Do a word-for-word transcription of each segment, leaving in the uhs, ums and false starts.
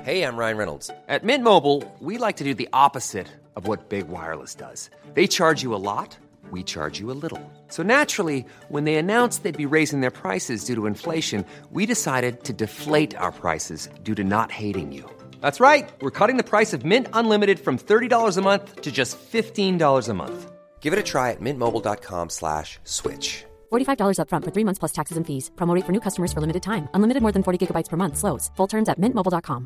Hey, I'm Ryan Reynolds. At Mint Mobile, we like to do the opposite of what Big Wireless does. They charge you a lot, we charge you a little. So naturally, when they announced they'd be raising their prices due to inflation, we decided to deflate our prices due to not hating you. That's right. We're cutting the price of Mint Unlimited from thirty dollars a month to just fifteen dollars a month. Give it a try at mintmobile.com slash switch. forty-five dollars up front for three months plus taxes and fees. Promo rate for new customers for limited time. Unlimited more than forty gigabytes per month. Slows full terms at mint mobile dot com.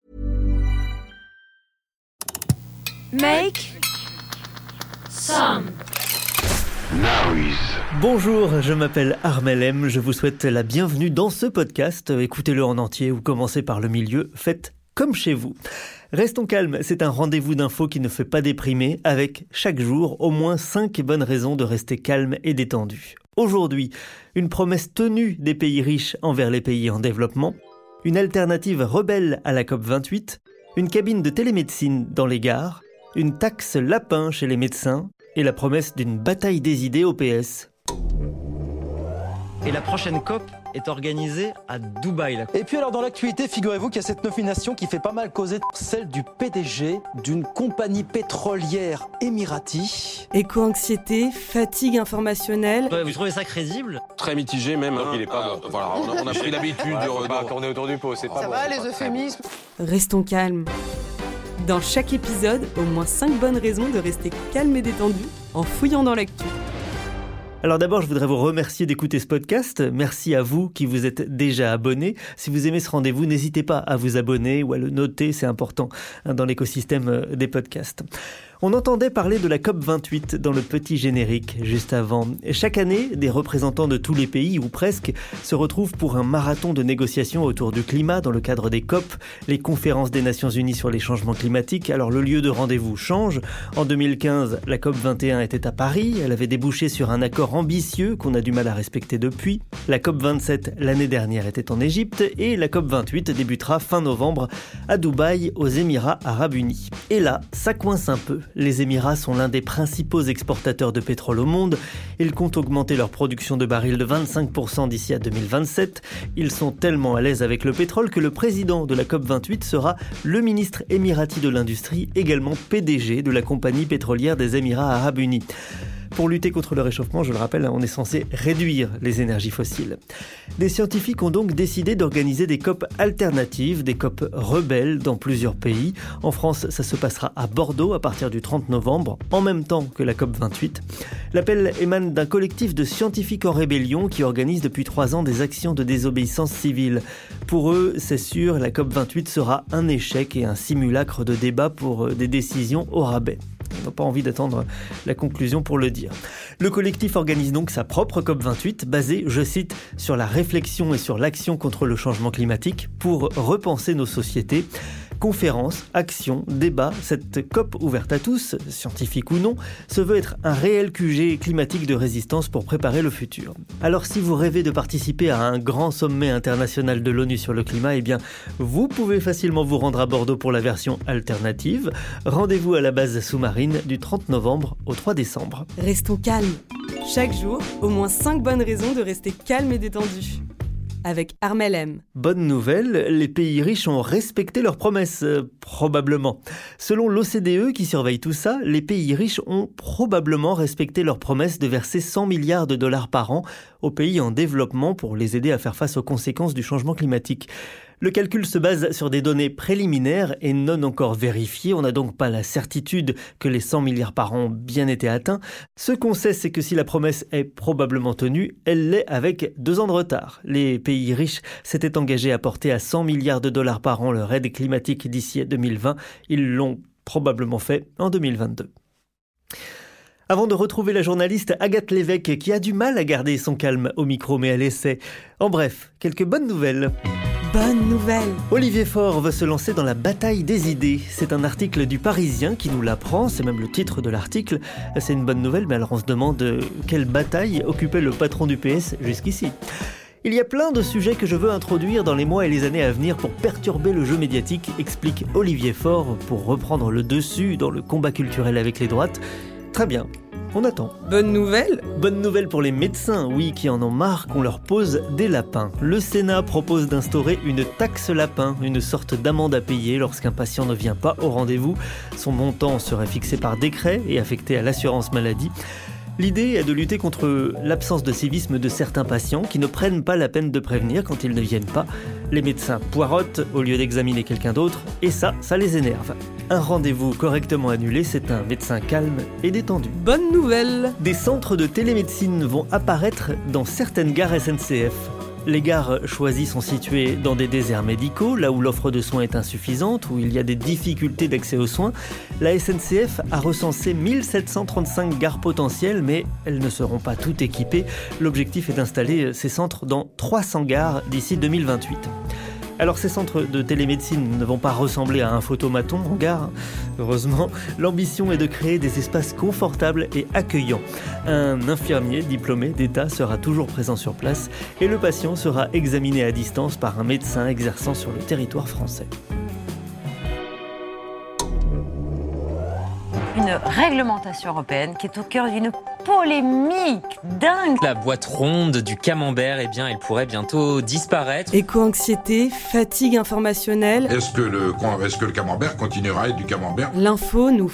Make some noise. Bonjour, je m'appelle Armel M. Je vous souhaite la bienvenue dans ce podcast. Écoutez-le en entier ou commencez par le milieu. Faites comme chez vous. Restons calmes, c'est un rendez-vous d'infos qui ne fait pas déprimer, avec chaque jour au moins cinq bonnes raisons de rester calme et détendu. Aujourd'hui, une promesse tenue des pays riches envers les pays en développement, une alternative rebelle à la COP vingt-huit, une cabine de télémédecine dans les gares, une taxe lapin chez les médecins et la promesse d'une bataille des idées au P S. Et la prochaine COP est organisée à Dubaï. Là. Et puis alors dans l'actualité, figurez-vous qu'il y a cette nomination qui fait pas mal causer, celle du P D G d'une compagnie pétrolière émirati. Éco-anxiété, fatigue informationnelle. Ouais, vous trouvez ça crédible ? Très mitigé même. Donc hein. il est pas euh, bon. Voilà, on a, on a pris l'habitude ouais, de... faut de... pas tourner autour du pot, c'est pas Ça bon. va les euphémismes ? Restons calmes. Dans chaque épisode, au moins cinq bonnes raisons de rester calme et détendu en fouillant dans l'actu. Alors d'abord, je voudrais vous remercier d'écouter ce podcast. Merci à vous qui vous êtes déjà abonnés. Si vous aimez ce rendez-vous, n'hésitez pas à vous abonner ou à le noter, c'est important hein, dans l'écosystème des podcasts. On entendait parler de la COP vingt-huit dans le petit générique juste avant. Chaque année, des représentants de tous les pays, ou presque, se retrouvent pour un marathon de négociations autour du climat dans le cadre des COP, les conférences des Nations Unies sur les changements climatiques. Alors le lieu de rendez-vous change. En deux mille quinze, la COP vingt et un était à Paris. Elle avait débouché sur un accord ambitieux qu'on a du mal à respecter depuis. La COP vingt-sept, l'année dernière, était en Égypte et la COP vingt-huit débutera fin novembre à Dubaï, aux Émirats Arabes Unis. Et là, ça coince un peu. Les Émirats sont l'un des principaux exportateurs de pétrole au monde. Ils comptent augmenter leur production de barils de vingt-cinq pour cent d'ici à deux mille vingt-sept. Ils sont tellement à l'aise avec le pétrole que le président de la COP vingt-huit sera le ministre émirati de l'Industrie, également P D G de la compagnie pétrolière des Émirats Arabes Unis. Pour lutter contre le réchauffement, je le rappelle, on est censé réduire les énergies fossiles. Des scientifiques ont donc décidé d'organiser des COP alternatives, des COP rebelles dans plusieurs pays. En France, ça se passera à Bordeaux à partir du trente novembre, en même temps que la COP vingt-huit. L'appel émane d'un collectif de scientifiques en rébellion qui organise depuis trois ans des actions de désobéissance civile. Pour eux, c'est sûr, la COP vingt-huit sera un échec et un simulacre de débat pour des décisions au rabais. On n'a pas envie d'attendre la conclusion pour le dire. Le collectif organise donc sa propre COP vingt-huit, basée, je cite, sur la réflexion et sur l'action contre le changement climatique pour repenser nos sociétés. Conférences, actions, débats, cette COP ouverte à tous, scientifiques ou non, se veut être un réel Q G climatique de résistance pour préparer le futur. Alors si vous rêvez de participer à un grand sommet international de l'ONU sur le climat, eh bien, vous pouvez facilement vous rendre à Bordeaux pour la version alternative. Rendez-vous à la base sous-marine du trente novembre au trois décembre. Restons calmes. Chaque jour, au moins cinq bonnes raisons de rester calme et détendu. Avec Armel M. Bonne nouvelle, les pays riches ont respecté leurs promesses, euh, probablement. Selon l'O C D E qui surveille tout ça, les pays riches ont probablement respecté leurs promesses de verser cent milliards de dollars par an aux pays en développement pour les aider à faire face aux conséquences du changement climatique. Le calcul se base sur des données préliminaires et non encore vérifiées. On n'a donc pas la certitude que les cent milliards par an ont bien été atteints. Ce qu'on sait, c'est que si la promesse est probablement tenue, elle l'est avec deux ans de retard. Les pays riches s'étaient engagés à porter à cent milliards de dollars par an leur aide climatique d'ici à deux mille vingt. Ils l'ont probablement fait en deux mille vingt-deux. Avant de retrouver la journaliste Agathe Lévesque qui a du mal à garder son calme au micro, mais elle essaie. En bref, quelques bonnes nouvelles. Bonne nouvelle. Olivier Faure veut se lancer dans la bataille des idées. C'est un article du Parisien qui nous l'apprend, c'est même le titre de l'article. C'est une bonne nouvelle, mais alors on se demande quelle bataille occupait le patron du P S jusqu'ici. Il y a plein de sujets que je veux introduire dans les mois et les années à venir pour perturber le jeu médiatique, explique Olivier Faure, pour reprendre le dessus dans le combat culturel avec les droites. Très bien. On attend. Bonne nouvelle ? Bonne nouvelle pour les médecins, oui, qui en ont marre qu'on leur pose des lapins. Le Sénat propose d'instaurer une taxe lapin, une sorte d'amende à payer lorsqu'un patient ne vient pas au rendez-vous. Son montant serait fixé par décret et affecté à l'assurance maladie. L'idée est de lutter contre l'absence de civisme de certains patients qui ne prennent pas la peine de prévenir quand ils ne viennent pas. Les médecins poireautent au lieu d'examiner quelqu'un d'autre, et ça, ça les énerve. Un rendez-vous correctement annulé, c'est un médecin calme et détendu. Bonne nouvelle ! Des centres de télémédecine vont apparaître dans certaines gares S N C F. Les gares choisies sont situées dans des déserts médicaux, là où l'offre de soins est insuffisante, où il y a des difficultés d'accès aux soins. La S N C F a recensé mille sept cent trente-cinq gares potentielles, mais elles ne seront pas toutes équipées. L'objectif est d'installer ces centres dans trois cents gares d'ici deux mille vingt-huit. Alors ces centres de télémédecine ne vont pas ressembler à un photomaton en gare. Heureusement, l'ambition est de créer des espaces confortables et accueillants. Un infirmier diplômé d'État sera toujours présent sur place et le patient sera examiné à distance par un médecin exerçant sur le territoire français. Une réglementation européenne qui est au cœur d'une polémique dingue. La boîte ronde du camembert, eh bien, elle pourrait bientôt disparaître. Éco-anxiété, fatigue informationnelle. Est-ce que le, est-ce que le camembert continuera à être du camembert ? L'info nous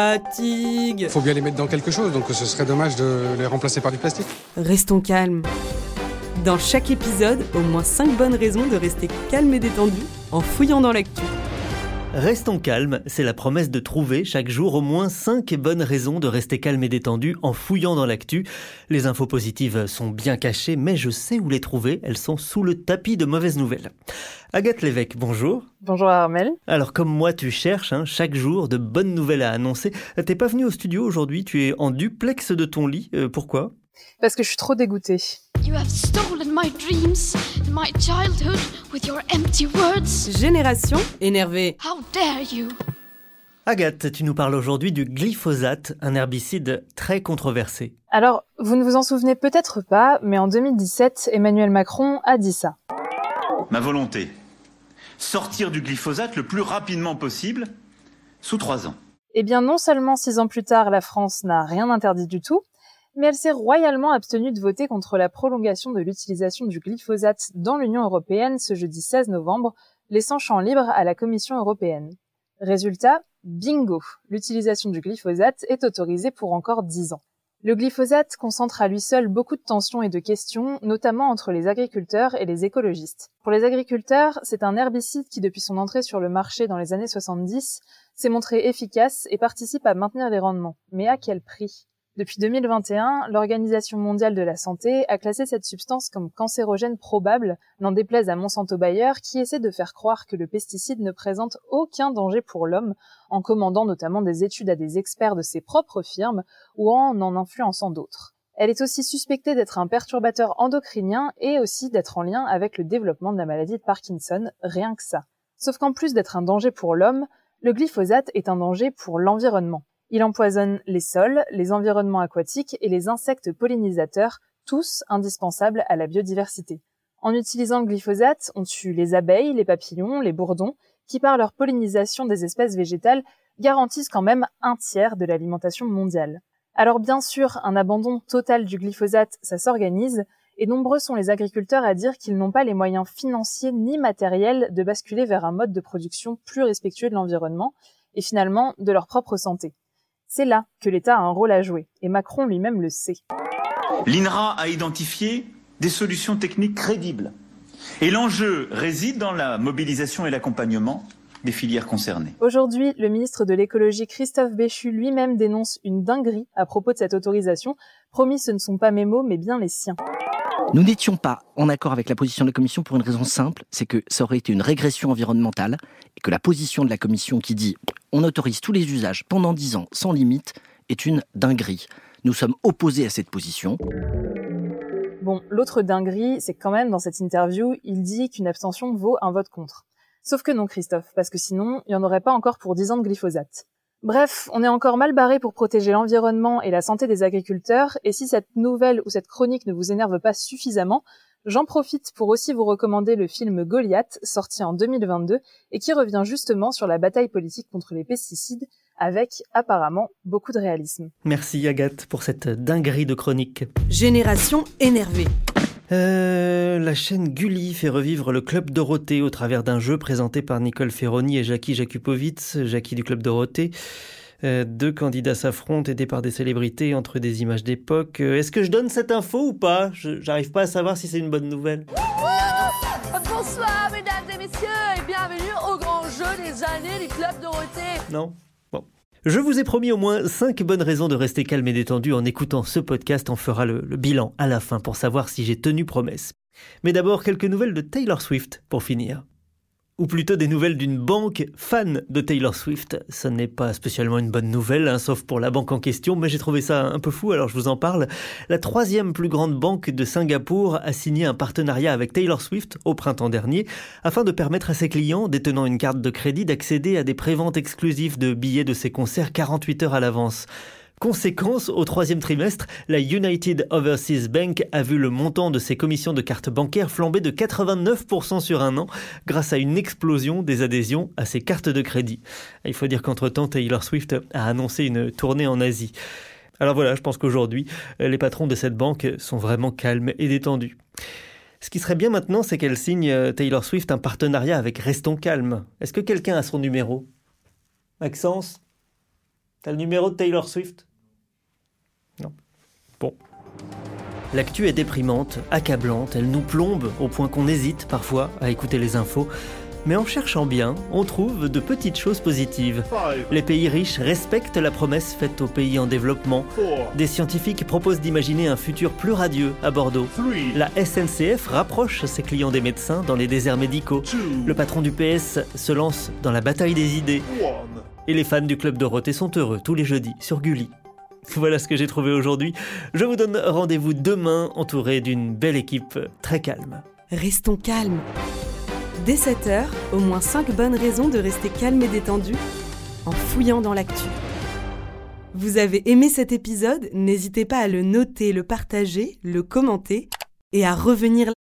fatigue. Il faut bien les mettre dans quelque chose, donc ce serait dommage de les remplacer par du plastique. Restons calmes. Dans chaque épisode, au moins cinq bonnes raisons de rester calme et détendu en fouillant dans l'actu. Restons calmes, c'est la promesse de trouver chaque jour au moins cinq bonnes raisons de rester calme et détendu en fouillant dans l'actu. Les infos positives sont bien cachées, mais je sais où les trouver, elles sont sous le tapis de mauvaises nouvelles. Agathe Lévesque, bonjour. Bonjour Armel. Alors comme moi tu cherches hein, chaque jour de bonnes nouvelles à annoncer. T'es pas venu au studio aujourd'hui, tu es en duplex de ton lit, euh, pourquoi ? Parce que je suis trop dégoûtée. You have stolen my dreams and my childhood with your empty words. Génération énervée. How dare you? Agathe, tu nous parles aujourd'hui du glyphosate, un herbicide très controversé. Alors, vous ne vous en souvenez peut-être pas, mais en deux mille dix-sept, Emmanuel Macron a dit ça. Ma volonté, sortir du glyphosate le plus rapidement possible, sous trois ans. Eh bien, non seulement six ans plus tard, la France n'a rien interdit du tout, mais elle s'est royalement abstenue de voter contre la prolongation de l'utilisation du glyphosate dans l'Union européenne ce jeudi seize novembre, laissant champ libre à la Commission européenne. Résultat, bingo, l'utilisation du glyphosate est autorisée pour encore dix ans. Le glyphosate concentre à lui seul beaucoup de tensions et de questions, notamment entre les agriculteurs et les écologistes. Pour les agriculteurs, c'est un herbicide qui, depuis son entrée sur le marché dans les années soixante-dix, s'est montré efficace et participe à maintenir les rendements. Mais à quel prix ? Depuis deux mille vingt et un, l'Organisation mondiale de la santé a classé cette substance comme cancérogène probable, n'en déplaise à Monsanto Bayer qui essaie de faire croire que le pesticide ne présente aucun danger pour l'homme, en commandant notamment des études à des experts de ses propres firmes ou en en influençant d'autres. Elle est aussi suspectée d'être un perturbateur endocrinien et aussi d'être en lien avec le développement de la maladie de Parkinson, rien que ça. Sauf qu'en plus d'être un danger pour l'homme, le glyphosate est un danger pour l'environnement. Il empoisonne les sols, les environnements aquatiques et les insectes pollinisateurs, tous indispensables à la biodiversité. En utilisant le glyphosate, on tue les abeilles, les papillons, les bourdons, qui par leur pollinisation des espèces végétales garantissent quand même un tiers de l'alimentation mondiale. Alors bien sûr, un abandon total du glyphosate, ça s'organise, et nombreux sont les agriculteurs à dire qu'ils n'ont pas les moyens financiers ni matériels de basculer vers un mode de production plus respectueux de l'environnement, et finalement de leur propre santé. C'est là que l'État a un rôle à jouer, et Macron lui-même le sait. L'INRA a identifié des solutions techniques crédibles. Et l'enjeu réside dans la mobilisation et l'accompagnement des filières concernées. Aujourd'hui, le ministre de l'écologie Christophe Béchu lui-même dénonce une dinguerie à propos de cette autorisation. Promis, ce ne sont pas mes mots, mais bien les siens. Nous n'étions pas en accord avec la position de la Commission pour une raison simple, c'est que ça aurait été une régression environnementale et que la position de la Commission qui dit « on autorise tous les usages pendant dix ans sans limite » est une dinguerie. Nous sommes opposés à cette position. Bon, l'autre dinguerie, c'est que quand même dans cette interview, il dit qu'une abstention vaut un vote contre. Sauf que non, Christophe, parce que sinon, il n'y en aurait pas encore pour dix ans de glyphosate. Bref, on est encore mal barré pour protéger l'environnement et la santé des agriculteurs, et si cette nouvelle ou cette chronique ne vous énerve pas suffisamment, J'en profite pour aussi vous recommander le film Goliath, sorti en deux mille vingt-deux, et qui revient justement sur la bataille politique contre les pesticides, avec, apparemment, beaucoup de réalisme. Merci Agathe pour cette dinguerie de chronique. Génération énervée. Euh, la chaîne Gulli fait revivre le Club Dorothée au travers d'un jeu présenté par Nicole Ferroni et Jackie Jakubowicz, Jackie du Club Dorothée. Euh, deux candidats s'affrontent aidés par des célébrités entre des images d'époque. Euh, est-ce que je donne cette info ou pas ? Je, J'arrive pas à savoir si c'est une bonne nouvelle. Bonsoir mesdames et messieurs et bienvenue au grand jeu des années du Club Dorothée. Non ? Bon. Je vous ai promis au moins cinq bonnes raisons de rester calme et détendu en écoutant ce podcast. On fera le, le bilan à la fin pour savoir si j'ai tenu promesse. Mais d'abord, quelques nouvelles de Taylor Swift pour finir. Ou plutôt des nouvelles d'une banque fan de Taylor Swift. Ce n'est pas spécialement une bonne nouvelle, hein, sauf pour la banque en question, mais j'ai trouvé ça un peu fou, alors je vous en parle. La troisième plus grande banque de Singapour a signé un partenariat avec Taylor Swift au printemps dernier, afin de permettre à ses clients détenant une carte de crédit d'accéder à des préventes exclusives de billets de ses concerts quarante-huit heures à l'avance. Conséquence, au troisième trimestre, la United Overseas Bank a vu le montant de ses commissions de cartes bancaires flamber de quatre-vingt-neuf pour cent sur un an grâce à une explosion des adhésions à ses cartes de crédit. Il faut dire qu'entre-temps, Taylor Swift a annoncé une tournée en Asie. Alors voilà, je pense qu'aujourd'hui, les patrons de cette banque sont vraiment calmes et détendus. Ce qui serait bien maintenant, c'est qu'elle signe, Taylor Swift, un partenariat avec Restons Calmes. Est-ce que quelqu'un a son numéro ? Maxence ? T'as le numéro de Taylor Swift ? Non. Bon. L'actu est déprimante, accablante, elle nous plombe au point qu'on hésite parfois à écouter les infos. Mais en cherchant bien, on trouve de petites choses positives. Les pays riches respectent la promesse faite aux pays en développement. Des scientifiques proposent d'imaginer un futur plus radieux à Bordeaux. La S N C F rapproche ses clients des médecins dans les déserts médicaux. Le patron du P S se lance dans la bataille des idées. Et les fans du Club Dorothée sont heureux tous les jeudis sur Gulli. Voilà ce que j'ai trouvé aujourd'hui. Je vous donne rendez-vous demain entouré d'une belle équipe très calme. Restons calmes. Dès sept heures, au moins cinq bonnes raisons de rester calme et détendu en fouillant dans l'actu. Vous avez aimé cet épisode ? N'hésitez pas à le noter, le partager, le commenter et à revenir